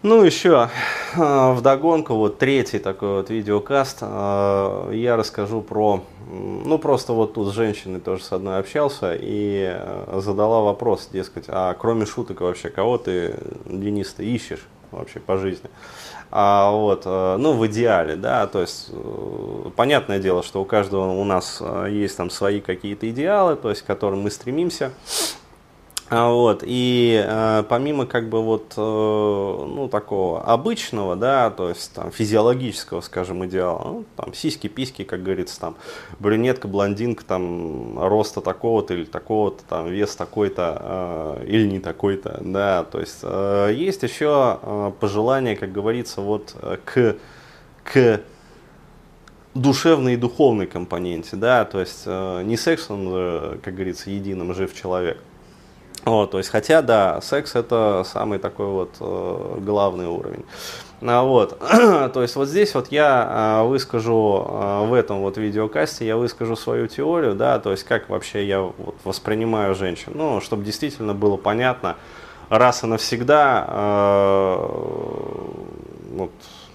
Ну, еще вдогонку, вот третий такой вот видеокаст, я расскажу про, ну, просто вот тут с женщиной тоже с одной общался и задала вопрос, дескать, а кроме шуток вообще, кого ты, Денис, ты ищешь вообще по жизни? Ну, в идеале, да, то есть, понятное дело, что у каждого у нас есть там свои какие-то идеалы, то есть, к которым мы стремимся. Помимо как бы вот, ну, такого обычного, да, то есть там физиологического, скажем, идеала, ну, там сиськи, письки, как говорится, там брюнетка, блондинка, там роста такого-то или такого-то, там вес такой-то или не такой-то, да, то есть есть еще пожелания, как говорится, вот к душевной и духовной компоненте, да, то есть не секс, он, как говорится, единым жив человек. Вот, то есть, хотя, да, секс это самый такой вот главный уровень. То есть вот здесь вот я выскажу в этом вот видеокасте, я выскажу свою теорию, да, то есть как вообще я вот воспринимаю женщин, ну, чтобы действительно было понятно раз и навсегда вот,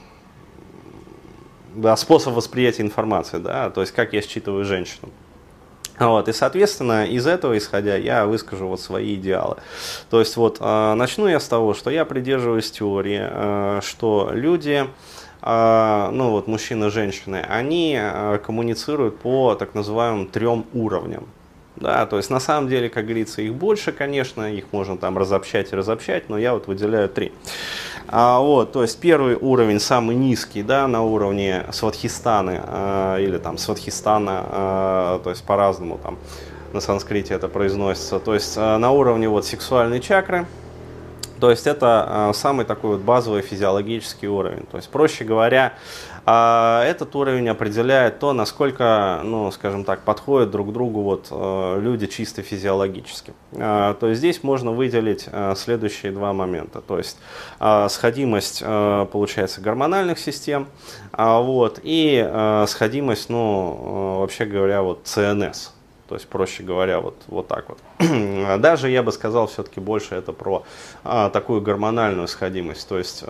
да, способ восприятия информации, да, то есть как я считываю женщину. И, соответственно, из этого исходя, я выскажу вот свои идеалы. То есть, вот, начну я с того, что я придерживаюсь теории, что люди, ну, вот, мужчины и женщины, они коммуницируют по так называемым 3 уровням. Да, то есть, на самом деле, как говорится, их больше, конечно, их можно там разобщать и разобщать, но я вот выделяю 3. То есть первый уровень, самый низкий, да, на уровне свадхистаны или там свадхистана, то есть по-разному там на санскрите это произносится, то есть на уровне вот сексуальной чакры, то есть это самый такой вот базовый физиологический уровень, то есть проще говоря, этот уровень определяет то, насколько, ну, скажем так, подходят друг к другу вот люди чисто физиологически. То есть здесь можно выделить следующие 2 момента. То есть сходимость, получается, гормональных систем, и сходимость, ну, вообще говоря, вот ЦНС. То есть, проще говоря, вот так вот. Даже я бы сказал, все-таки больше это про такую гормональную сходимость. То есть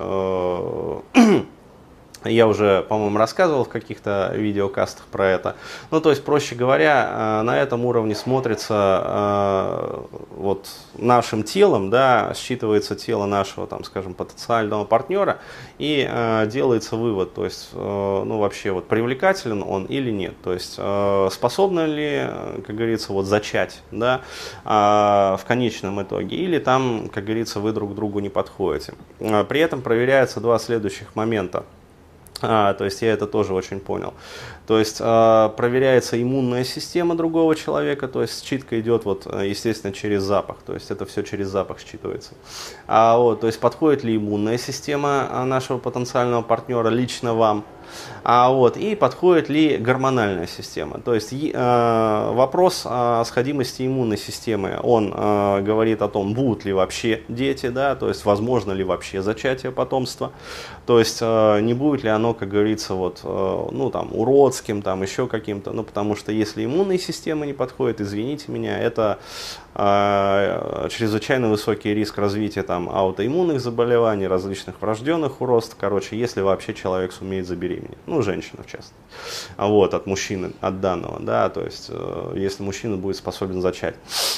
я уже, по-моему, рассказывал в каких-то видеокастах про это. Ну, то есть, проще говоря, на этом уровне смотрится вот нашим телом, да, считывается тело нашего, там, скажем, потенциального партнера и делается вывод, то есть, ну, вообще, вот, привлекателен он или нет, то есть, способны ли, как говорится, вот, зачать, да, в конечном итоге, или там, как говорится, вы друг другу не подходите. При этом проверяются 2 следующих момента. То есть я это тоже очень понял. То есть проверяется иммунная система другого человека, то есть считка идет, вот, естественно, через запах, то есть это все через запах считывается. То есть подходит ли иммунная система нашего потенциального партнера лично вам, и подходит ли гормональная система. То есть вопрос о сходимости иммунной системы, он говорит о том, будут ли вообще дети, да, то есть возможно ли вообще зачатие потомства, то есть не будет ли оно, как говорится, вот, ну, там, уродским, там, еще каким-то, ну, потому что если иммунная система не подходит, извините меня, это чрезвычайно высокий риск развития там аутоиммунных заболеваний, различных врожденных уродств, короче, если вообще человек сумеет забеременеть, ну, женщина в частности, от мужчины, от данного, да, то есть, если мужчина будет способен зачать,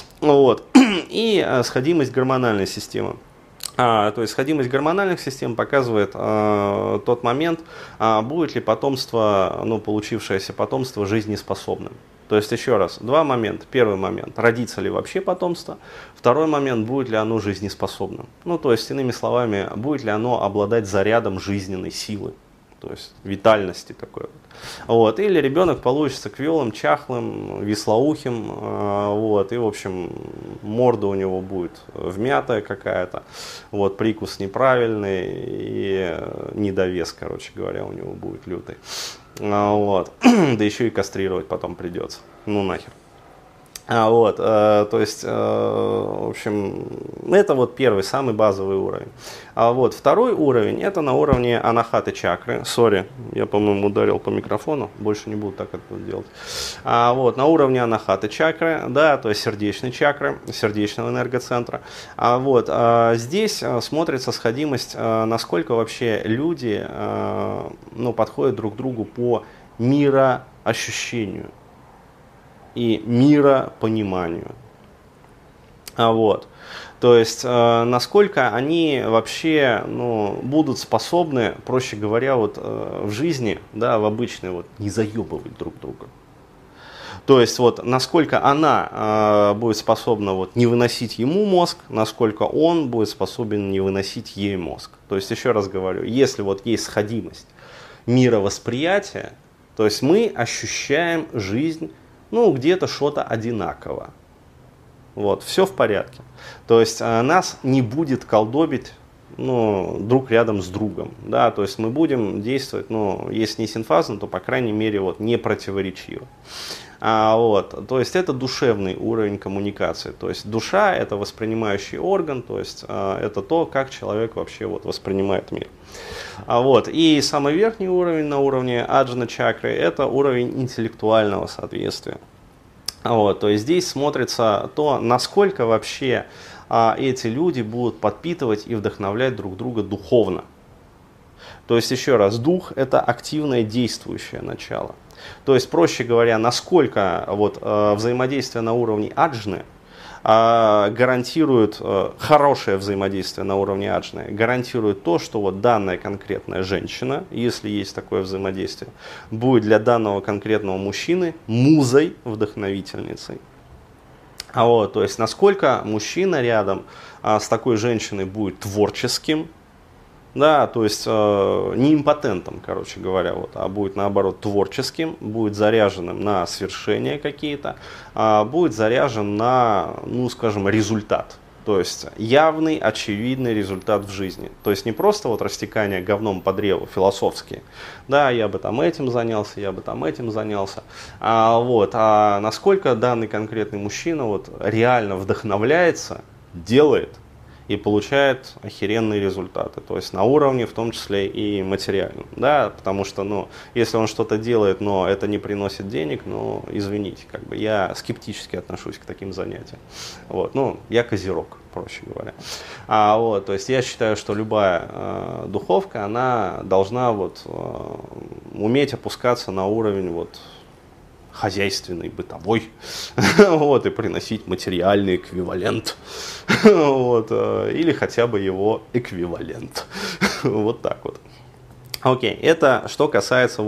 и сходимость гормональной системы. То есть сходимость гормональных систем показывает тот момент, будет ли потомство, ну, получившееся потомство жизнеспособным. То есть, еще раз, 2 момента. Первый момент, родится ли вообще потомство. Второй момент, будет ли оно жизнеспособным. Ну, то есть, иными словами, будет ли оно обладать зарядом жизненной силы. То есть, витальности такой вот. Или ребенок получится квелым, чахлым, вислоухим, и, в общем, морда у него будет вмятая какая-то, вот, прикус неправильный и недовес, короче говоря, у него будет лютый. Да еще и кастрировать потом придется. Ну нахер. То есть, в общем, это вот первый, самый базовый уровень. Второй уровень, это на уровне анахаты чакры. Сори, я, по-моему, ударил по микрофону, больше не буду так это делать. На уровне анахаты чакры, да, то есть сердечной чакры, сердечного энергоцентра. Здесь смотрится сходимость, насколько вообще люди подходят друг к другу по мироощущению и миропониманию. То есть, насколько они вообще будут способны, проще говоря, в жизни, да, в обычной, не заебывать друг друга. То есть, насколько она будет способна не выносить ему мозг, насколько он будет способен не выносить ей мозг. То есть, еще раз говорю, если есть сходимость мировосприятия, то есть мы ощущаем жизнь где-то что-то одинаково. Все в порядке. То есть нас не будет колдобить друг рядом с другом. Да? То есть мы будем действовать, если не синфазно, то по крайней мере не противоречиво. То есть это душевный уровень коммуникации. То есть душа — это воспринимающий орган, то есть это то, как человек вообще воспринимает мир. И самый верхний уровень на уровне аджна чакры — это уровень интеллектуального соответствия. То есть здесь смотрится то, насколько вообще эти люди будут подпитывать и вдохновлять друг друга духовно. То есть, еще раз, дух — это активное действующее начало. То есть, проще говоря, насколько взаимодействие на уровне аджны гарантирует хорошее взаимодействие на уровне аджны, гарантирует то, что данная конкретная женщина, если есть такое взаимодействие, будет для данного конкретного мужчины музой, вдохновительницей. То есть, насколько мужчина рядом с такой женщиной будет творческим, да, то есть не импотентом, короче говоря, а будет наоборот творческим, будет заряженным на свершения какие-то, будет заряжен на, скажем, результат. То есть явный, очевидный результат в жизни. То есть не просто растекание говном по древу философские. Да, я бы там этим занялся, я бы там этим занялся. А насколько данный конкретный мужчина реально вдохновляется, делает и получает охеренные результаты. То есть на уровне, в том числе и материальном. Да, потому что, если он что-то делает, но это не приносит денег, извините, я скептически отношусь к таким занятиям. Я козерог, проще говоря. То есть я считаю, что любая духовка, она должна уметь опускаться на уровень хозяйственный, бытовой, и приносить материальный эквивалент, или хотя бы его эквивалент, так. Окей, это что касается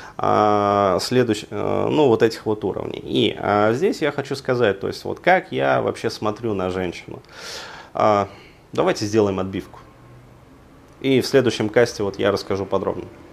этих уровней. И здесь я хочу сказать, то есть как я вообще смотрю на женщину. Давайте сделаем отбивку. И в следующем касте я расскажу подробно.